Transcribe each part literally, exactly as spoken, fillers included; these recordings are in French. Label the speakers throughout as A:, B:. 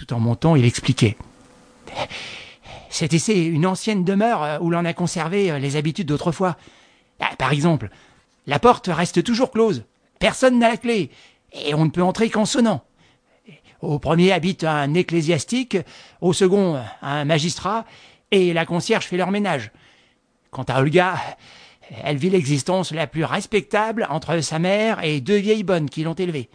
A: Tout en montant, il expliquait. C'est ici une ancienne demeure où l'on a conservé les habitudes d'autrefois. Par exemple, la porte reste toujours close. Personne n'a la clé. Et on ne peut entrer qu'en sonnant. Au premier habite un ecclésiastique, au second un magistrat, et la concierge fait leur ménage. Quant à Olga, elle vit l'existence la plus respectable entre sa mère et deux vieilles bonnes qui l'ont élevée.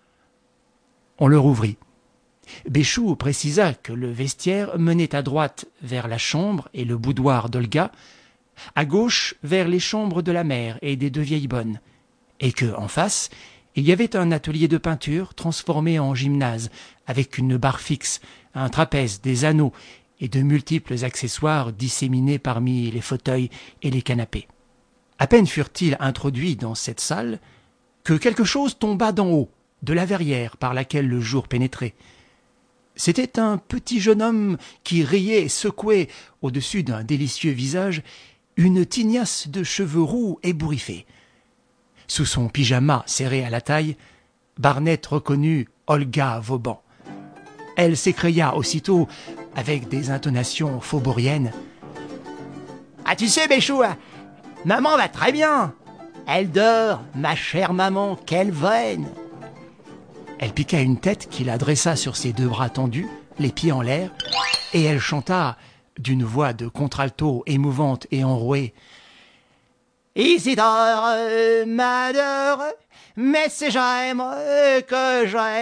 A: On le rouvrit. Béchou précisa que le vestiaire menait à droite vers la chambre et le boudoir d'Olga, à gauche vers les chambres de la mère et des deux vieilles bonnes, et que, en face, il y avait un atelier de peinture transformé en gymnase, avec une barre fixe, un trapèze, des anneaux et de multiples accessoires disséminés parmi les fauteuils et les canapés. À peine furent-ils introduits dans cette salle que quelque chose tomba d'en haut, de la verrière par laquelle le jour pénétrait. C'était un petit jeune homme qui riait et secouait, au-dessus d'un délicieux visage, une tignasse de cheveux roux ébouriffés. Sous son pyjama serré à la taille, Barnett reconnut Olga Vauban. Elle s'écria aussitôt, avec des intonations faubouriennes. « Ah, tu sais, Béchou, maman va très bien. Elle dort, ma chère maman, quelle veine !» Elle piqua une tête qu'il adressa sur ses deux bras tendus, les pieds en l'air, et elle chanta, d'une voix de contralto émouvante et enrouée. « Isidore m'adore, mais c'est j'aime que j'aime. »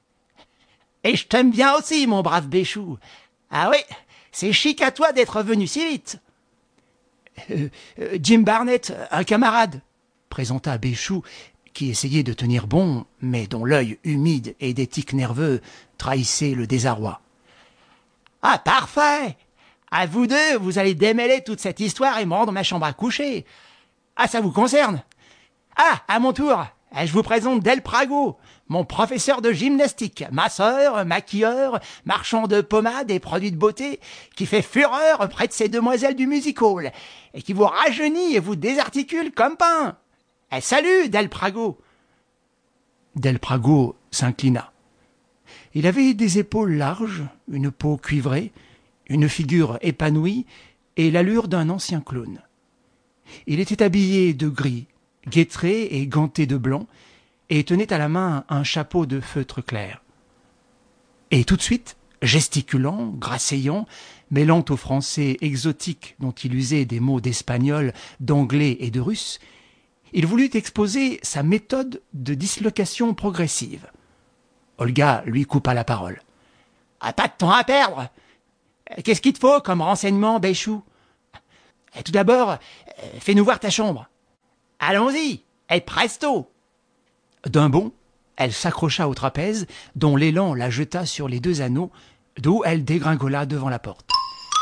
A: Et je t'aime bien aussi, mon brave Béchou. Ah oui, c'est chic à toi d'être venu si vite. Euh, euh, Jim Barnett, un camarade, présenta Béchou, qui essayait de tenir bon, mais dont l'œil humide et des tics nerveux trahissait le désarroi. « Ah, parfait! À vous deux, vous allez démêler toute cette histoire et me rendre ma chambre à coucher. Ah, ça vous concerne? Ah, à mon tour, je vous présente Del Prago, mon professeur de gymnastique, masseur, maquilleur, marchand de pommades et produits de beauté, qui fait fureur près de ces demoiselles du music hall, et qui vous rajeunit et vous désarticule comme pain. Eh, salut, Del Prago !» Del Prago s'inclina. Il avait des épaules larges, une peau cuivrée, une figure épanouie et l'allure d'un ancien clown. Il était habillé de gris, guêtré et ganté de blanc, et tenait à la main un chapeau de feutre clair. Et tout de suite, gesticulant, grasseyant, mêlant au français exotique dont il usait des mots d'espagnol, d'anglais et de russe, il voulut exposer sa méthode de dislocation progressive. Olga lui coupa la parole. « Ah, pas de temps à perdre. Qu'est-ce qu'il te faut comme renseignement, Béchou? Tout d'abord, fais-nous voir ta chambre. Allons-y, et presto !» D'un bond, elle s'accrocha au trapèze, dont l'élan la jeta sur les deux anneaux, d'où elle dégringola devant la porte.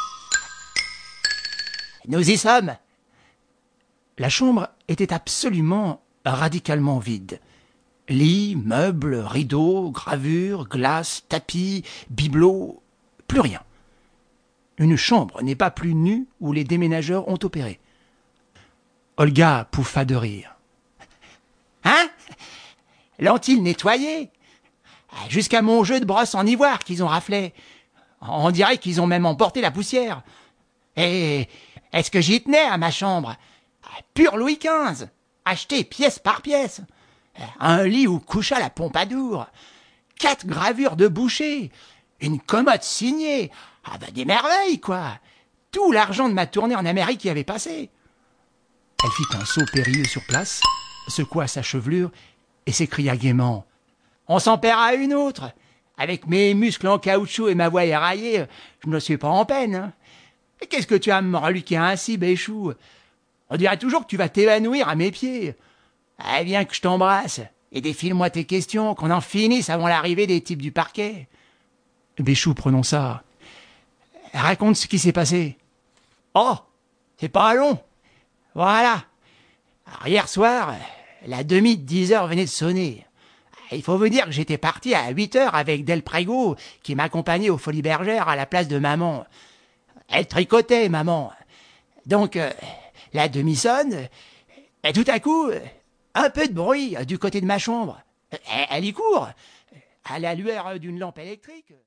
A: « Nous y sommes !» La chambre était absolument, radicalement vide. Lit, meubles, rideaux, gravures, glaces, tapis, bibelots, plus rien. Une chambre n'est pas plus nue où les déménageurs ont opéré. Olga pouffa de rire. « Hein? L'ont-ils nettoyé? Jusqu'à mon jeu de brosse en ivoire qu'ils ont raflé. On dirait qu'ils ont même emporté la poussière. Et est-ce que j'y tenais à ma chambre? Pur Louis quinze, acheté pièce par pièce. Un lit où coucha la Pompadour. Quatre gravures de Boucher. Une commode signée. Ah ben des merveilles, quoi. Tout l'argent de ma tournée en Amérique y avait passé. » Elle fit un saut périlleux sur place, secoua sa chevelure et s'écria gaiement. « On s'en paiera une autre. Avec mes muscles en caoutchouc et ma voix éraillée, je ne suis pas en peine. Hein. Qu'est-ce que tu as à me reluquer ainsi, Béchou? On dirait toujours que tu vas t'évanouir à mes pieds. Ah, viens que je t'embrasse et défile-moi tes questions, qu'on en finisse avant l'arrivée des types du parquet. » Béchou prononça. « Raconte ce qui s'est passé. »« Oh, c'est pas long. Voilà. Alors, hier soir, la demi de dix heures venait de sonner. Il faut vous dire que j'étais parti à huit heures avec Del Prego, qui m'accompagnait aux Folies Bergères à la place de maman. Elle tricotait, maman. Donc, euh, la demi sonne, et tout à coup, un peu de bruit du côté de ma chambre. Elle, elle y court, à la lueur d'une lampe électrique.